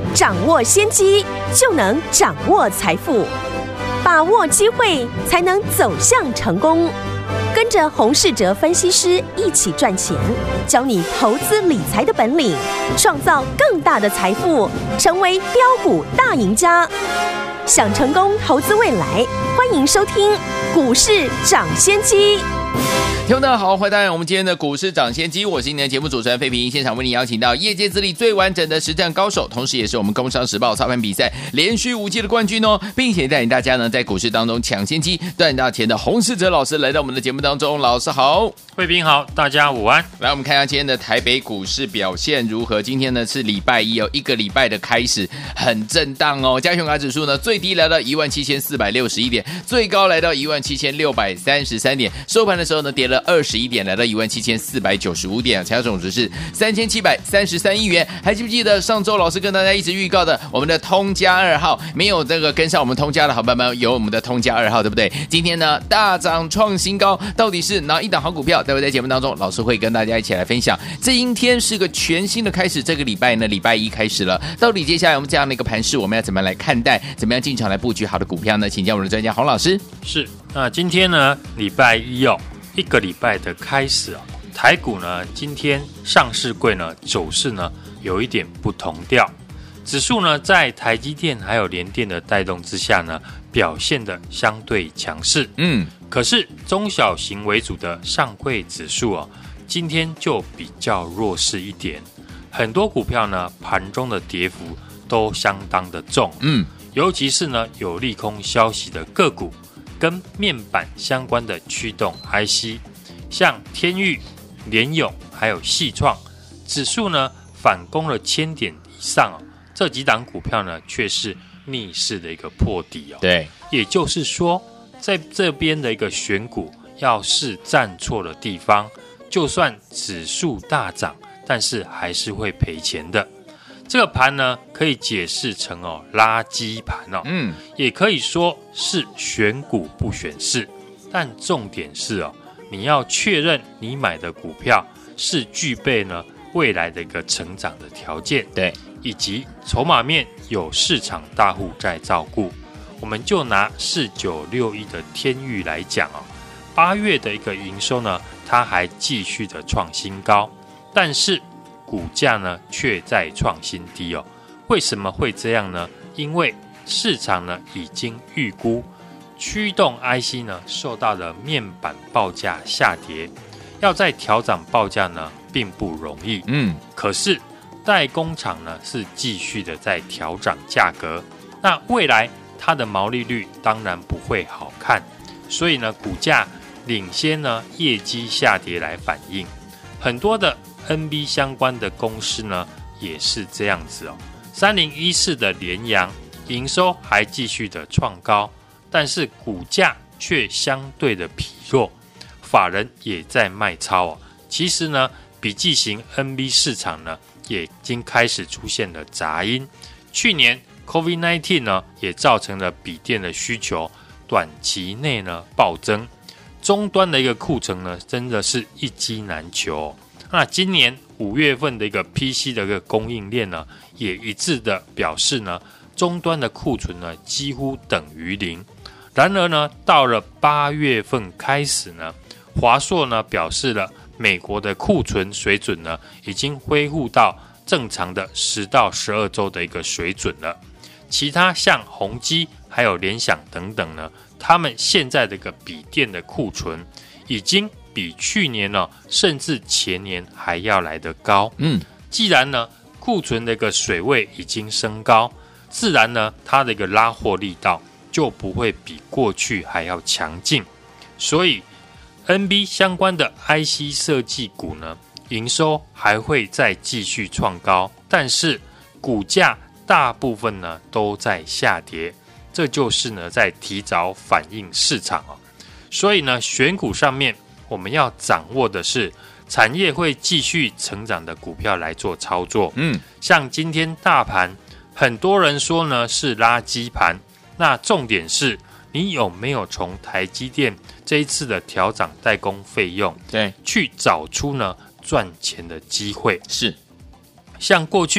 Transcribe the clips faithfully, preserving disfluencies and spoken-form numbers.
掌握先机，就能掌握财富。把握机会，才能走向成功。跟着洪士哲分析师一起赚钱，教你投资理财的本领，创造更大的财富，成为标股大赢家。想成功投资未来，欢迎收听股市涨先机。 听众大家好，欢迎大家我们今天的股市涨先机，我是今天的节目主持人费平，现场为你邀请到业界资历最完整的实战高手，同时也是我们工商时报操盘比赛连续五届的冠军哦，并且带领大家呢在股市当中抢先机赚大钱的洪士哲老师来到我们的节目当中。老师好。 慧平好，大家午安。 来，我们看一下今天的台北股市表现如何。今天呢是礼拜一哦，一个礼拜的开始很震荡哦。加权股价指数呢最低来到一万七千四百六十一点，最高来到一万七千六百三十三点，收盘的时候呢跌了二十一点，来到一万七千四百九十五点，成交总值是三千七百三十三亿元。还记不记得上周老师跟大家一直预告的我们的通家二号？没有这个跟上我们通家的好朋友们，有我们的通家二号，对不对？今天呢大涨创新高，到底是哪一档好股票？待会在节目当中，老师会跟大家一起来分享。这一天是个全新的开始，这个礼拜呢，礼拜一开始了。到底接下来我们这样的一个盘势，我们要怎么样来看待？怎么样进场来布局好的股票呢？请教我们的专家洪老师。 是，那今天呢，礼拜一哦，一个礼拜的开始哦，台股呢，今天上市柜呢走势呢有一点不同调，指数呢在台积电还有联电的带动之下呢，表现的相对强势。嗯。可是中小型为主的上柜指数哦，今天就比较弱势一点，很多股票呢盘中的跌幅都相当的重，嗯，尤其是呢有利空消息的个股，跟面板相关的驱动 I C， 像天钰、联咏还有细创，指数呢反攻了千点以上哦，这几档股票呢却是逆势的一个破底哦， 对， 也就是说。在这边的一个选股，要是站错了地方，就算指数大涨，但是还是会赔钱的。这个盘呢，可以解释成哦垃圾盘哦，嗯，也可以说是选股不选市。但重点是哦，你要确认你买的股票是具备呢未来的一个成长的条件， 对， 以及筹码面有市场大户在照顾。我们就拿四九六一的天钰来讲哦，八月的一个营收呢，它还继续的创新高，但是股价呢却在创新低哦。为什么会这样呢？因为市场呢已经预估驱动 I C 呢受到了面板报价下跌，要再调涨报价呢并不容易。嗯，可是代工厂呢是继续的在调涨价格，那未来它的毛利率当然不会好看，所以呢，股价领先呢业绩下跌来反映。很多的 N B 相关的公司呢也是这样子哦。三零一四的联阳营收还继续的创高，但是股价却相对的疲弱，法人也在卖超哦。其实呢，笔记型 N B 市场呢也已经开始出现了杂音。去年COVID 十九 呢，也造成了笔电的需求短期内呢暴增，终端的一个库存呢，真的是一机难求哦。那今年五月份的一个 P C 的一个供应链呢，也一致的表示呢，终端的库存呢几乎等于零。然而呢，到了八月份开始呢，华硕呢表示了美国的库存水准呢已经恢复到正常的十到十二周的一个水准了。其他像宏基还有联想等等呢，他们现在的一个笔电的库存已经比去年呢，甚至前年还要来得高。嗯，既然呢库存的一个水位已经升高，自然呢它的一个拉货力道就不会比过去还要强劲。所以 N B 相关的 I C 设计股呢，营收还会再继续创高，但是股价大部分呢都在下跌，这就是呢在提早反映市场哦。所以呢，选股上面我们要掌握的是产业会继续成长的股票来做操作。嗯，像今天大盘，很多人说呢是垃圾盘，那重点是你有没有从台积电这一次的调涨代工费用，对，去找出呢赚钱的机会。 是， 像过去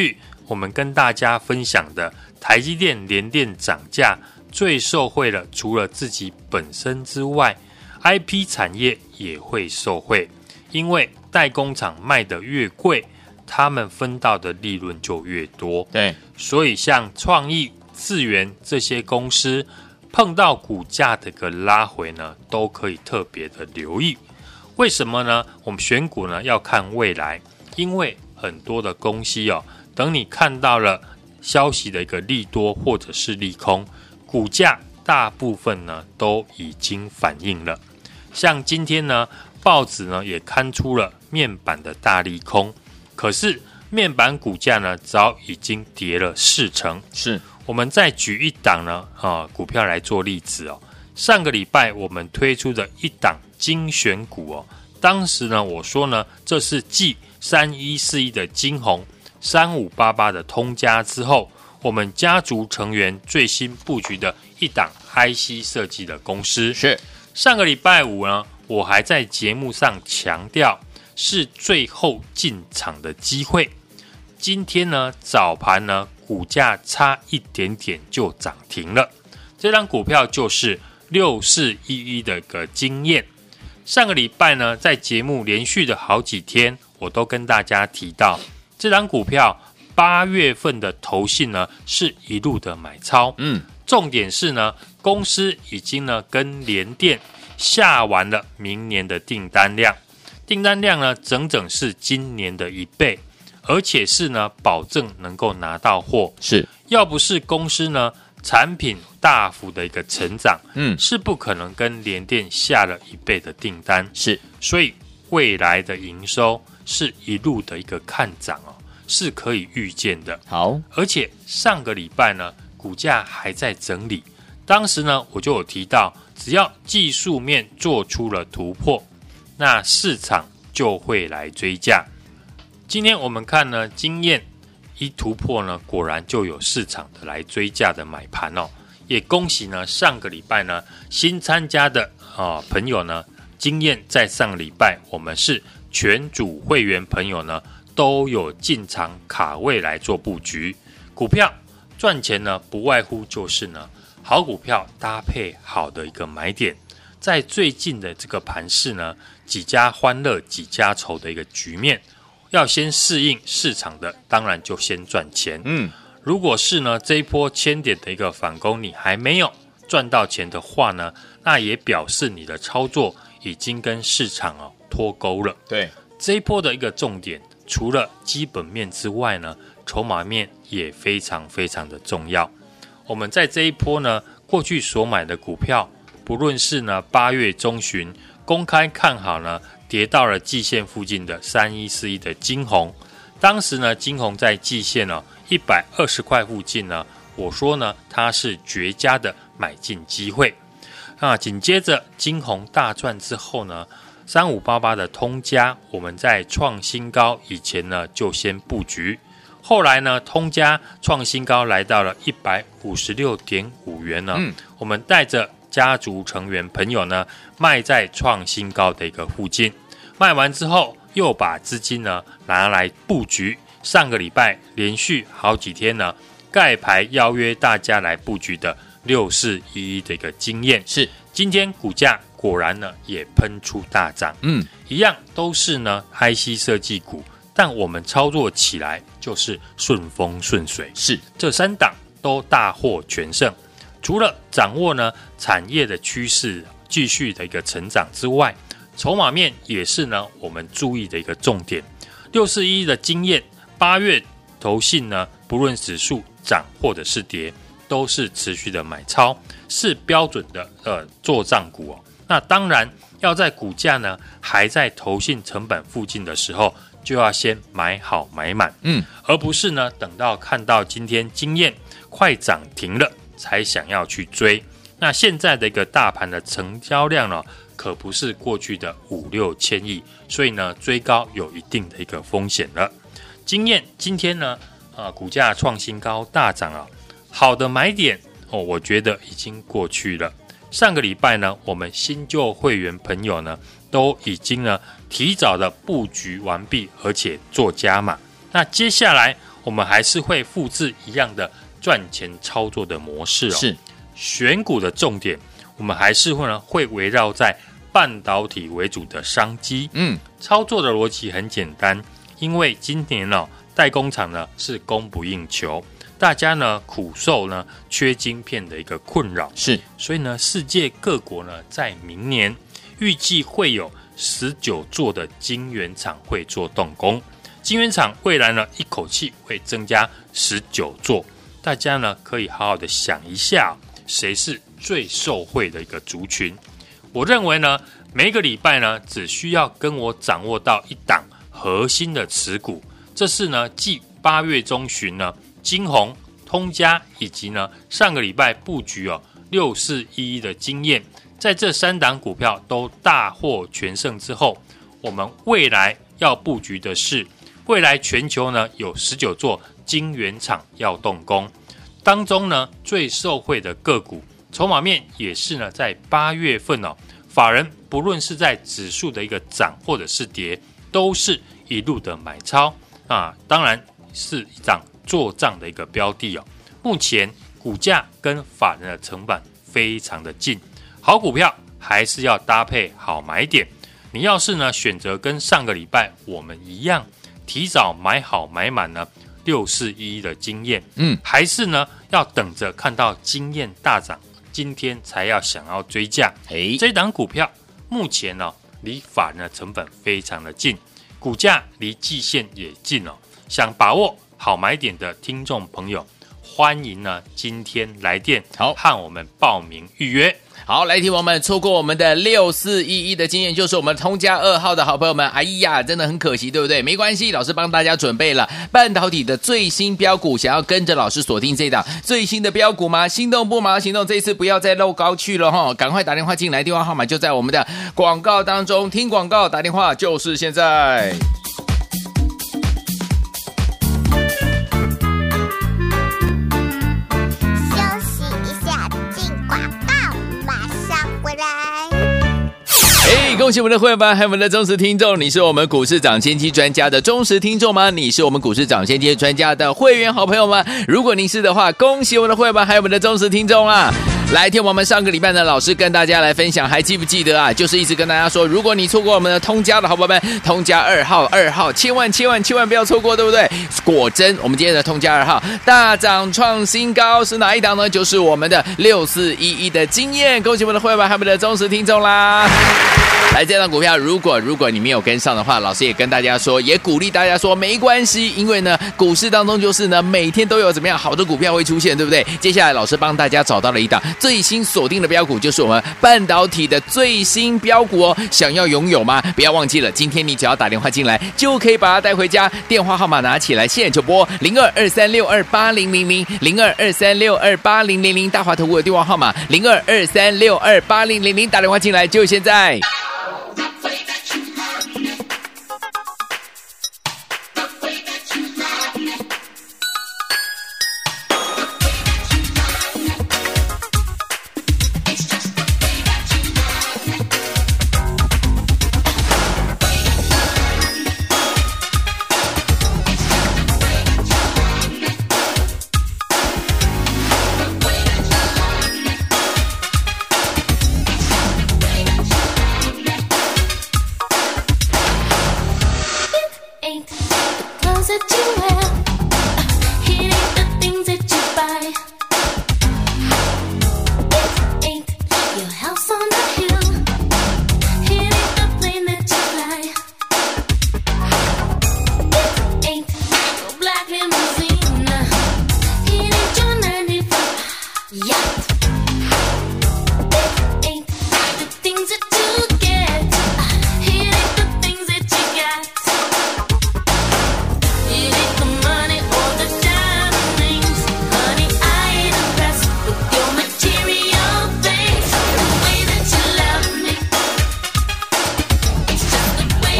我们跟大家分享的台积电、联电涨价，最受惠的除了自己本身之外， I P 产业也会受惠，因为代工厂卖得越贵，他们分到的利润就越多。 对， 所以像创意、智原这些公司碰到股价的一个拉回呢，都可以特别的留意。为什么呢？我们选股呢要看未来，因为很多的公司哦，等你看到了消息的一个利多或者是利空，股价大部分呢都已经反映了。像今天呢，报纸呢也刊出了面板的大利空，可是面板股价呢早已经跌了四成。 是， 我们再举一档呢啊股票来做例子哦。上个礼拜我们推出的一档精选股哦，当时呢我说呢，这是继三一四一的金鸿、三五八八的通家之后，我们家族成员最新布局的一档 I C 设计的公司。 是， 上个礼拜五呢，我还在节目上强调是最后进场的机会。今天呢，早盘呢，股价差一点点就涨停了。这张股票就是六四一一的一个经验。上个礼拜呢，在节目连续的好几天，我都跟大家提到，这张股票八月份的投信呢是一路的买超。嗯，重点是呢，公司已经呢跟联电下完了明年的订单量，订单量呢整整是今年的一倍，而且是呢保证能够拿到货。 是， 要不是公司呢产品大幅的一个成长， 嗯， 是不可能跟联电下了一倍的订单。 是， 所以未来的营收是一路的一个看涨哦，是可以预见的。 好， 而且上个礼拜呢，股价还在整理，当时呢我就有提到，只要技术面做出了突破，那市场就会来追价。今天我们看呢，经验一突破呢，果然就有市场的来追价的买盘哦。也恭喜呢，上个礼拜呢新参加的啊朋友呢，经验在上个礼拜我们是全组会员朋友呢都有进场卡位来做布局。股票赚钱呢，不外乎就是呢好股票搭配好的一个买点。在最近的这个盘势呢，几家欢乐几家愁的一个局面，要先适应市场的，当然就先赚钱。嗯，如果是呢这一波千点的一个反攻，你还没有赚到钱的话呢，那也表示你的操作已经跟市场哦脱钩了。 对， 这一波的一个重点，除了基本面之外呢，筹码面也非常非常的重要。我们在这一波呢，过去所买的股票，不论是呢八月中旬公开看好呢，跌到了季线附近的三一四一的金鸿，当时呢金鸿在季线哦一百二十块附近呢，我说呢它是绝佳的买进机会。那紧接着金鸿大赚之后呢，三五八八的通家，我们在创新高以前呢就先布局，后来呢通家创新高来到了 一百五十六点五元呢、嗯、我们带着家族成员朋友呢卖在创新高的一个附近，卖完之后又把资金呢拿来布局，上个礼拜连续好几天呢盖牌邀约大家来布局的六四一一的一个经验，是今天股价果然呢也喷出大涨。嗯，一样都是呢 I C 设计股，但我们操作起来就是顺风顺水，是这三档都大获全胜。除了掌握呢产业的趋势继续的一个成长之外，筹码面也是呢我们注意的一个重点。六四一的经验，八月投信呢不论指数涨或者是跌，都是持续的买超，是标准的呃作账股哦。那当然要在股价呢还在投信成本附近的时候，就要先买好买满，嗯，而不是呢等到看到今天经验快涨停了才想要去追。那现在的一个大盘的成交量呢，可不是过去的五六千亿，所以呢追高有一定的一个风险了。经验今天呢，呃，股价创新高大涨啊，好的买点哦，我觉得已经过去了。上个礼拜呢，我们新旧会员朋友呢，都已经呢提早的布局完毕，而且做加码。那接下来我们还是会复制一样的赚钱操作的模式哦。 是选股的重点，我们还是会呢会围绕在半导体为主的商机。 嗯， 操作的逻辑很简单，因为今年呢、哦、代工厂呢是供不应求，大家呢苦受呢缺晶片的一个困扰， 是， 所以呢世界各国呢在明年预计会有十九座的晶圆厂会做动工，晶圆厂未来呢一口气会增加十九座，大家呢可以好好的想一下，谁是最受惠的一个族群。我认为呢每一个礼拜呢只需要跟我掌握到一档核心的持股，这是呢继八月中旬呢金鸿、通家以及呢上个礼拜布局哦六四一一的经验，在这三档股票都大获全胜之后，我们未来要布局的是未来全球呢有十九座晶圆厂要动工，当中呢最受惠的个股筹码面也是呢在八月份哦，法人不论是在指数的一个涨或者是跌，都是一路的买超啊，当然是一档做账的一个标的哦。目前股价跟法人的成本非常的近，好股票还是要搭配好买点。你要是呢选择跟上个礼拜我们一样，提早买好买满呢六四一一的经验， 嗯， 还是呢要等着看到经验大涨，今天才要想要追价。 哎， 这档股票目前呢、哦、离法人的成本非常的近，股价离季线也近哦。想把握好买点的听众朋友，欢迎呢今天来电， 好和我们报名预约。 好，来听我们错过我们的六四一一的经验，就是我们通家二号的好朋友们，哎呀，真的很可惜，对不对？没关系，老师帮大家准备了半导体的最新标股，想要跟着老师锁定这档最新的标股吗？心动不马上行动，这一次不要再漏高去了哈，赶快打电话进来，电话号码就在我们的广告当中，听广告打电话就是现在。恭喜我们的会员们，还有我们的忠实听众，你是我们股市涨先机专家的忠实听众吗？你是我们股市涨先机专家的会员好朋友吗？如果您是的话，恭喜我们的会员们，还有我们的忠实听众啊！来听我们上个礼拜呢，老师跟大家来分享，还记不记得啊？就是一直跟大家说，如果你错过我们的通家的好朋友们，通家二号二号，千万千万千万不要错过，对不对？果真，我们今天的通家二号大涨创新高，是哪一档呢？就是我们的六四一一的经验，恭喜我们的会员们，还有我们的忠实听众啦！来，这档股票，如果如果你没有跟上的话，老师也跟大家说，也鼓励大家说，没关系，因为呢，股市当中就是呢，每天都有怎么样好的股票会出现，对不对？接下来，老师帮大家找到了一档最新锁定的标股，就是我们半导体的最新标股哦。想要拥有吗？不要忘记了，今天你只要打电话进来，就可以把它带回家。电话号码拿起来，现在就拨零二二三六二八零零零零二二三六二八零零零，大华投顾的电话号码零二二三六二八零零零，打电话进来就现在。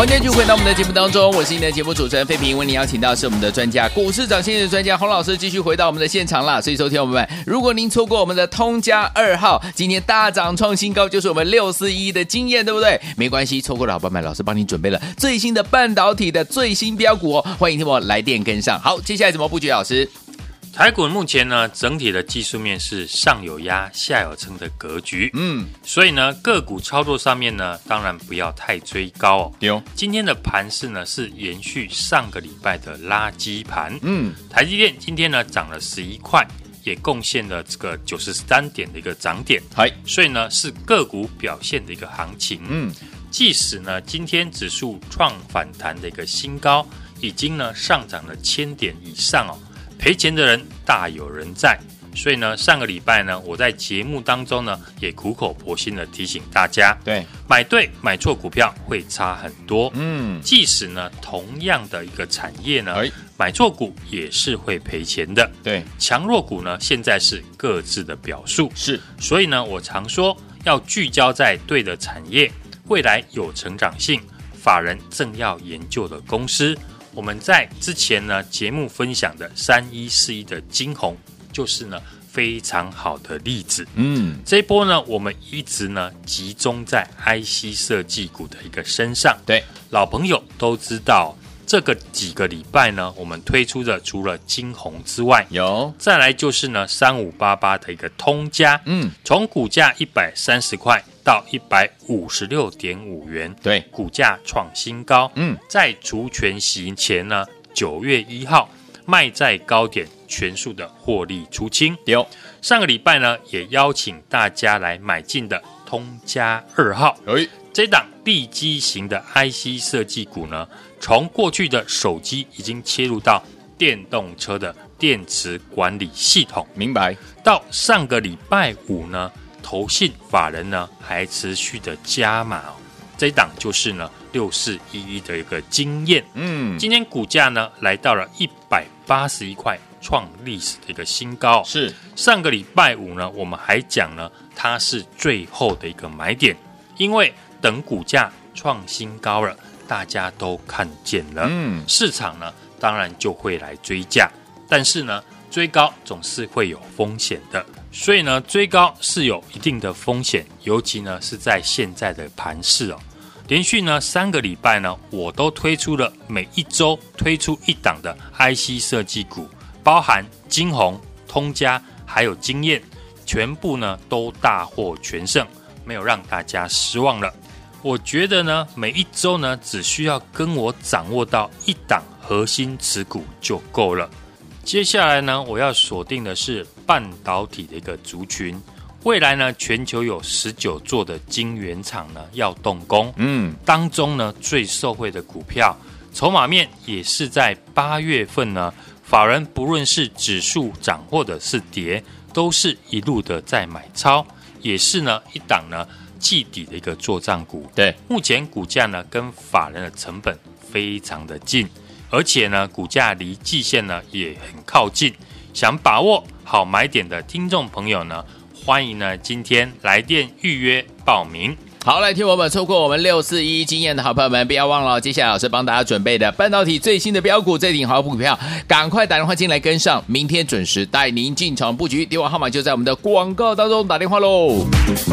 欢迎继续回到我们的节目当中，我是你的节目主持人费平，为您邀请到是我们的专家股市涨先的专家洪老师，继续回到我们的现场啦。所以收听我们，如果您错过我们的通家二号今天大涨创新高，就是我们六四一的经验，对不对？没关系，错过的好朋友们，老师帮您准备了最新的半导体的最新标股哦，欢迎听我来电跟上。好，接下来怎么布局？老师？ 台股目前呢，整体的技术面是上有压、下有撑的格局，嗯，所以呢，个股操作上面呢，当然不要太追高哦。 有， 今天的盘势呢是延续上个礼拜的垃圾盘，嗯，台积电今天呢涨了十一块，也贡献了这个九十三点的一个涨点，嗨，所以呢是个股表现的一个行情，嗯，即使呢今天指数创反弹的一个新高，已经呢上涨了千点以上哦。赔钱的人大有人在，所以呢，上个礼拜呢，我在节目当中呢，也苦口婆心的提醒大家， 对， 买对买错股票会差很多。嗯，即使呢，同样的一个产业呢，哎、买错股也是会赔钱的。 对， 强弱股呢，现在是各自的表述。 是， 所以呢，我常说要聚焦在对的产业，未来有成长性，法人正要研究的公司。我们在之前呢节目分享的三一四一的金鸿，就是呢非常好的例子。嗯，这一波呢，我们一直呢集中在 I C 设计股的一个身上。 对， 老朋友都知道，这个几个礼拜呢，我们推出的除了金鸿之外， 有再来就是呢三五八八的一个通家。嗯，从股价一百三十块。到一百五十六点五元， 对， 股价创新高。嗯，在除权息前呢，九月一号卖在高点，全数的获利出清。有上个礼拜呢，也邀请大家来买进的通家二号，哎，这档利基型的 I C 设计股呢，从过去的手机已经切入到电动车的电池管理系统， 明白？ 到上个礼拜五呢。投信法人呢还持续的加码哦，这一档就是呢六四一一的一个经验，嗯，今天股价呢来到了一百八十一块，创历史的一个新高。 是上个礼拜五呢，我们还讲呢它是最后的一个买点，因为等股价创新高了，大家都看见了，嗯，市场呢当然就会来追价，但是呢追高总是会有风险的。所以呢，追高是有一定的风险，尤其呢是在现在的盘势哦。连续呢三个礼拜呢，我都推出了每一周推出一档的 I C 设计股，包含金鸿、通家还有经验，全部呢都大获全胜，没有让大家失望了。我觉得呢，每一周呢只需要跟我掌握到一档核心持股就够了。接下来呢，我要锁定的是半导体的一个族群。未来呢，全球有十九座的晶圆厂呢要动工，嗯，当中呢最受惠的股票，筹码面也是在八月份呢，法人不论是指数涨或者是跌，都是一路的在买超，也是呢一档呢季底的一个作战股。 对， 目前股价呢跟法人的成本非常的近。而且呢，股价离季线呢也很靠近，想把握好买点的听众朋友呢，欢迎呢今天来电预约报名。 好，来听我们错过我们六四一经验的好朋友们，不要忘了，接下来老师帮大家准备的半导体最新的标股，这顶好股票，赶快打电话进来跟上，明天准时带您进场布局，电话号码就在我们的广告当中，打电话喽。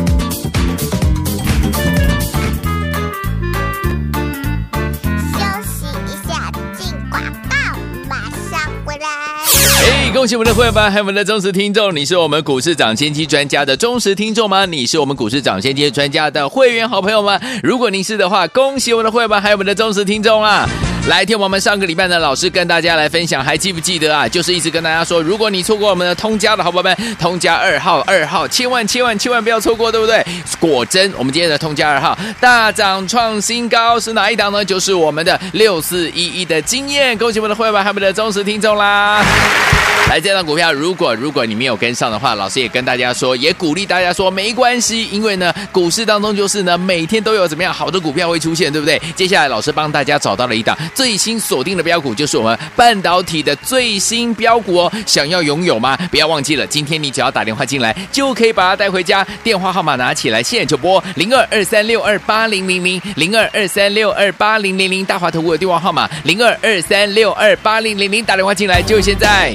嘿，恭喜我们的会员们，还有我们的忠实听众，你是我们股市涨先机专家的忠实听众吗？你是我们股市涨先机专家的会员好朋友吗？如果您是的话，恭喜我们的会员们，还有我们的忠实听众啊！来听我们上个礼拜呢，老师跟大家来分享，还记不记得啊？就是一直跟大家说，如果你错过我们的通家的好朋友们，通家二号二号，千万千万千万不要错过，对不对？果真，我们今天的通家二号大涨创新高，是哪一档呢？就是我们的六四一一的经验，恭喜我们的会员们，还有我们的忠实听众啦！ 来，这档股票如果如果你没有跟上的话，老师也跟大家说，也鼓励大家说没关系，因为呢股市当中就是呢每天都有怎么样好的股票会出现，对不对？接下来老师帮大家找到了一档最新锁定的标股，就是我们半导体的最新标股哦。想要拥有吗？不要忘记了，今天你只要打电话进来就可以把它带回家，电话号码拿起来，现在就拨零二二三六二八零零零零二二三六二八零零零，大华投顾的电话号码零二二三六二八零零零，打电话进来就现在。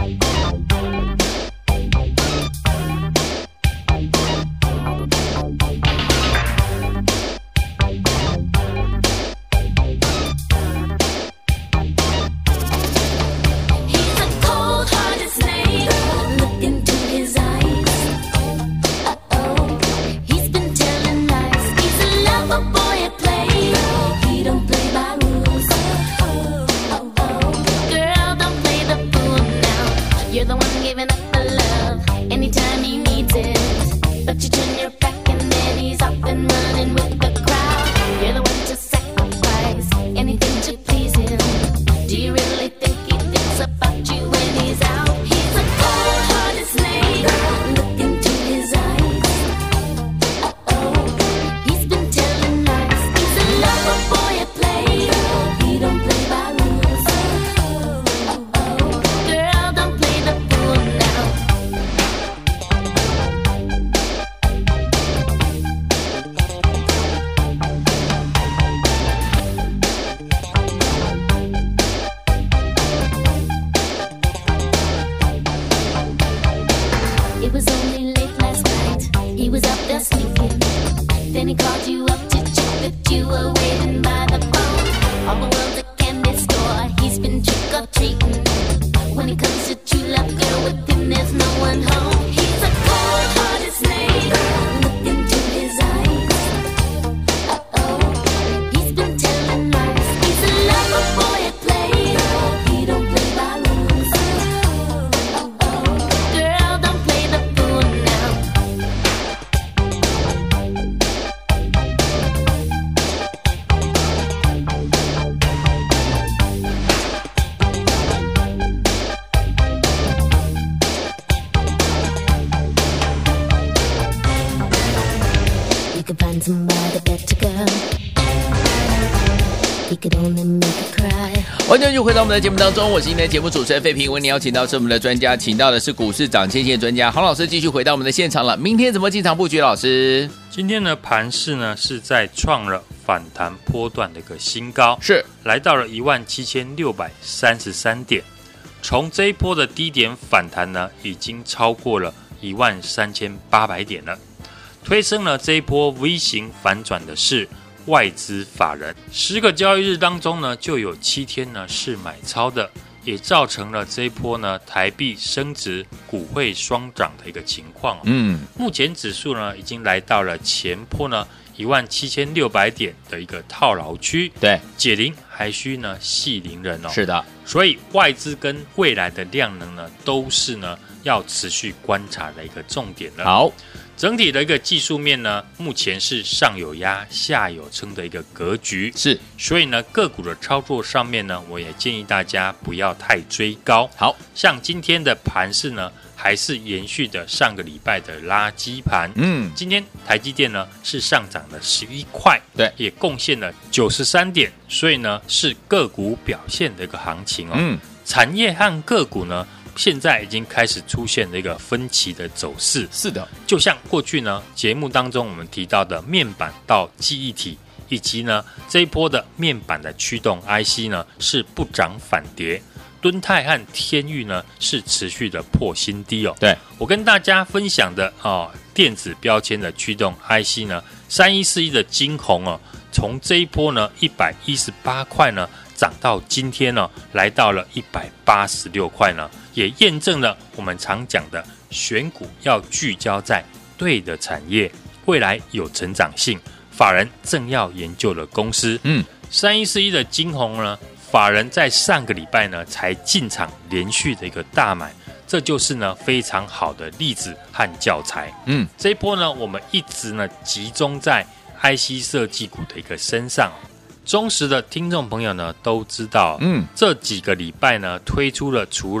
欢迎继续回到我们的节目当中，我是今天的节目主持人费平。为您邀请到是我们的专家，请到的是股市涨先线专家洪老师，继续回到我们的现场了。明天怎么进场布局？老师， 今天呢盘势呢是在创了反弹波段的一个新高， 是来到了一万七千六百三十三点。从这一波的低点反弹呢，已经超过了一万三千八百点了。推升了这一波 V 型反转的是外资法人，十个交易日当中呢，就有七天呢是买超的，也造成了这一波呢台币升值、股汇双涨的一个情况、哦。嗯，目前指数呢已经来到了前波呢一万七千六百点的一个套牢区， 对， 解铃还需呢系铃人哦。 是的， 所以外资跟未来的量能呢，都是呢要持续观察的一个重点了。 好。 整体的一个技术面呢，目前是上有压、下有撑的一个格局， 是， 所以呢，个股的操作上面呢，我也建议大家不要太追高。 好像今天的盘势呢，还是延续的上个礼拜的垃圾盘。嗯，今天台积电呢是上涨了十一块， 对， 也贡献了九十三点，所以呢是个股表现的一个行情哦。嗯，产业和个股呢，现在已经开始出现了一个分歧的走势。 是的， 就像过去呢节目当中我们提到的面板到记忆体，以及呢这一波的面板的驱动 I C 呢是不涨反跌，敦泰和天钰呢是持续的破新低哦。 对，我跟大家分享的哦电子标签的驱动 I C 呢三一四一的金鸿哦，从这一波呢一百一十八块呢涨到今天呢来到了一百八十六块呢，也验证了我们常讲的选股要聚焦在对的产业，未来有成长性，法人正要研究的公司。嗯，三一四一的金鸿呢，法人在上个礼拜呢才进场连续的一个大买，这就是呢非常好的例子和教材。嗯，这一波呢我们一直呢集中在 I C 设计股的一个身上。忠实的听众朋友呢都知道，嗯，这几个礼拜呢推出了除了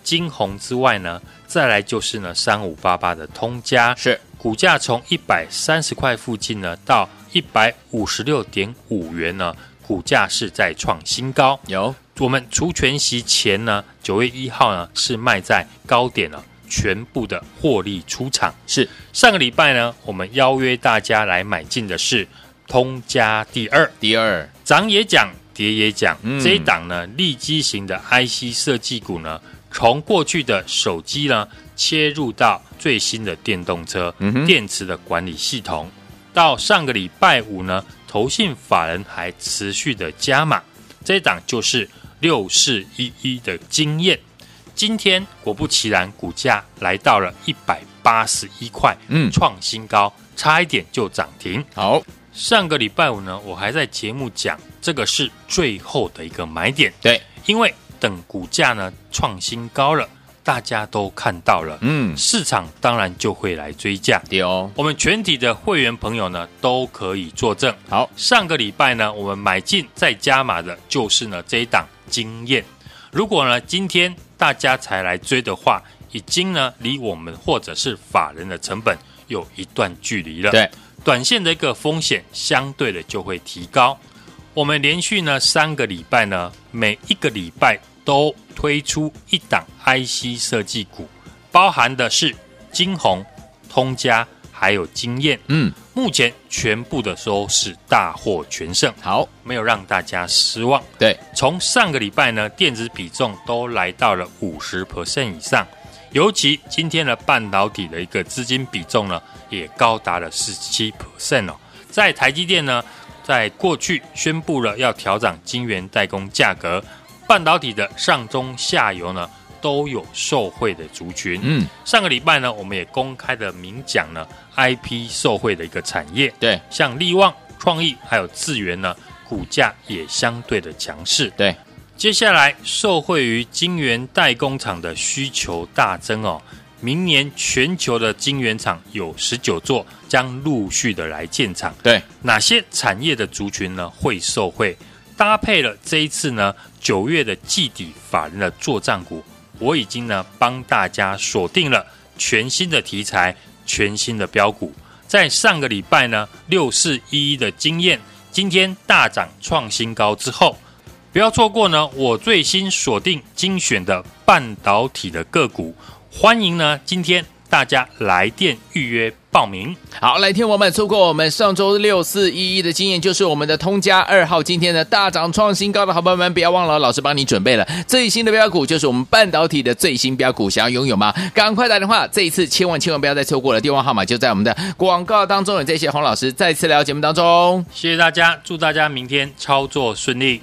金鸿之外呢，再来就是呢三五八八的通家， 是股价从一百三十块附近呢到一百五十六点五元呢，股价是在创新高。 有我们除权息前呢，九月一号呢是卖在高点了，全部的获利出场。 是上个礼拜呢，我们邀约大家来买进的是通家第二， 第二涨也讲，跌也讲， 嗯这一档呢利基型的 I C 设计股呢，从过去的手机呢切入到最新的电动车、 嗯哼电池的管理系统，到上个礼拜五呢，投信法人还持续的加码，这一档就是六四一一的经验。今天果不其然，股价来到了一百八十一块， 嗯创新高，差一点就涨停。 好， 上个礼拜五呢，我还在节目讲，这个是最后的一个买点。 对， 因为等股价呢创新高了，大家都看到了， 嗯， 市场当然就会来追价。 对哦， 我们全体的会员朋友呢都可以作证。 好， 上个礼拜呢，我们买进再加码的就是呢这一档经验。如果呢今天大家才来追的话，已经呢离我们或者是法人的成本有一段距离了。 对， 短线的一个风险相对的就会提高。我们连续呢三个礼拜呢，每一个礼拜都推出一档 I C 设计股，包含的是金鸿、通家还有经验。 嗯， 目前全部的都是大获全胜， 好， 没有让大家失望。 对， 从上个礼拜呢，电子比重都来到了 百分之五十 以上，尤其今天的半导体的一个资金比重呢，也高达了 百分之十七 哦。在台积电呢，在过去宣布了要调涨晶圆代工价格，半导体的上中下游呢都有受惠的族群。 嗯， 上个礼拜呢，我们也公开的明讲呢 I P 受惠的一个产业， 对， 像力旺、创意还有智原呢，股价也相对的强势。 对， 接下来受惠于晶圆代工厂的需求大增哦，明年全球的晶圆厂有十九座将陆续的来建厂。 对， 哪些产业的族群呢会受惠？搭配了这一次呢九月的季底法人的作战股，我已经呢帮大家锁定了全新的题材、全新的标股。在上个礼拜呢六四一一的经验，今天大涨创新高之后，不要错过呢我最新锁定精选的半导体的个股。欢迎呢今天大家来电预约报名。 好，来听我们错过我们上周六四一一的经验，就是我们的通家二号，今天的大涨创新高的好朋友们，不要忘了，老师帮你准备了最新的标股，就是我们半导体的最新标股，想要拥有吗？赶快打电话，这一次千万千万不要再错过了，电话号码就在我们的广告当中。有这些洪老师再次来到节目当中， 谢谢大家，祝大家明天操作顺利。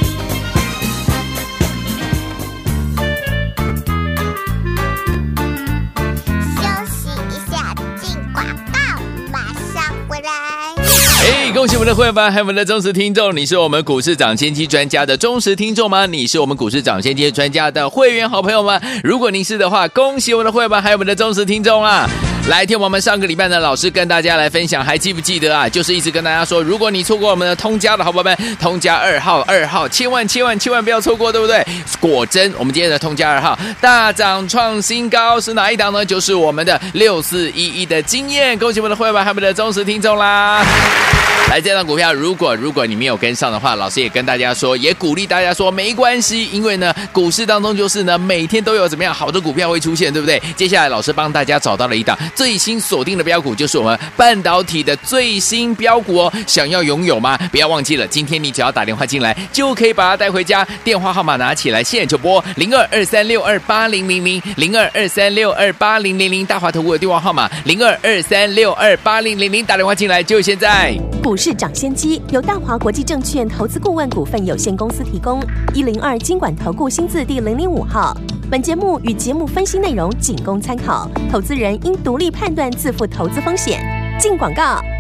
哎，恭喜我们的会员们，还有我们的忠实听众，你是我们股市涨先机专家的忠实听众吗？你是我们股市涨先机专家的会员好朋友吗？如果您是的话，恭喜我们的会员们，还有我们的忠实听众啊！来听我们上个礼拜呢，老师跟大家来分享，还记不记得啊？就是一直跟大家说，如果你错过我们的通家的好朋友们，通家二号二号，千万千万千万不要错过，对不对？果真，我们今天的通家二号大涨创新高，是哪一档呢？就是我们的六四一一的经验，恭喜我们的会员们，还有我们的忠实听众啦！来，这档股票，如果如果你没有跟上的话，老师也跟大家说，也鼓励大家说，没关系，因为呢，股市当中就是呢，每天都有怎么样好的股票会出现，对不对？接下来，老师帮大家找到了一档最新锁定的标股，就是我们半导体的最新标股哦。想要拥有吗？不要忘记了，今天你只要打电话进来，就可以把它带回家。电话号码拿起来，现在就拨零二二三六二八零零零零二二三六二八零零零，大华投顾的电话号码零二二三六二八零零零，打电话进来就现在。 股市涨先机由大华国际证券投资顾问股份有限公司提供，一零二金管投顾新字第零零五号。本节目与节目分析内容仅供参考，投资人应独立判断，自负投资风险。进广告。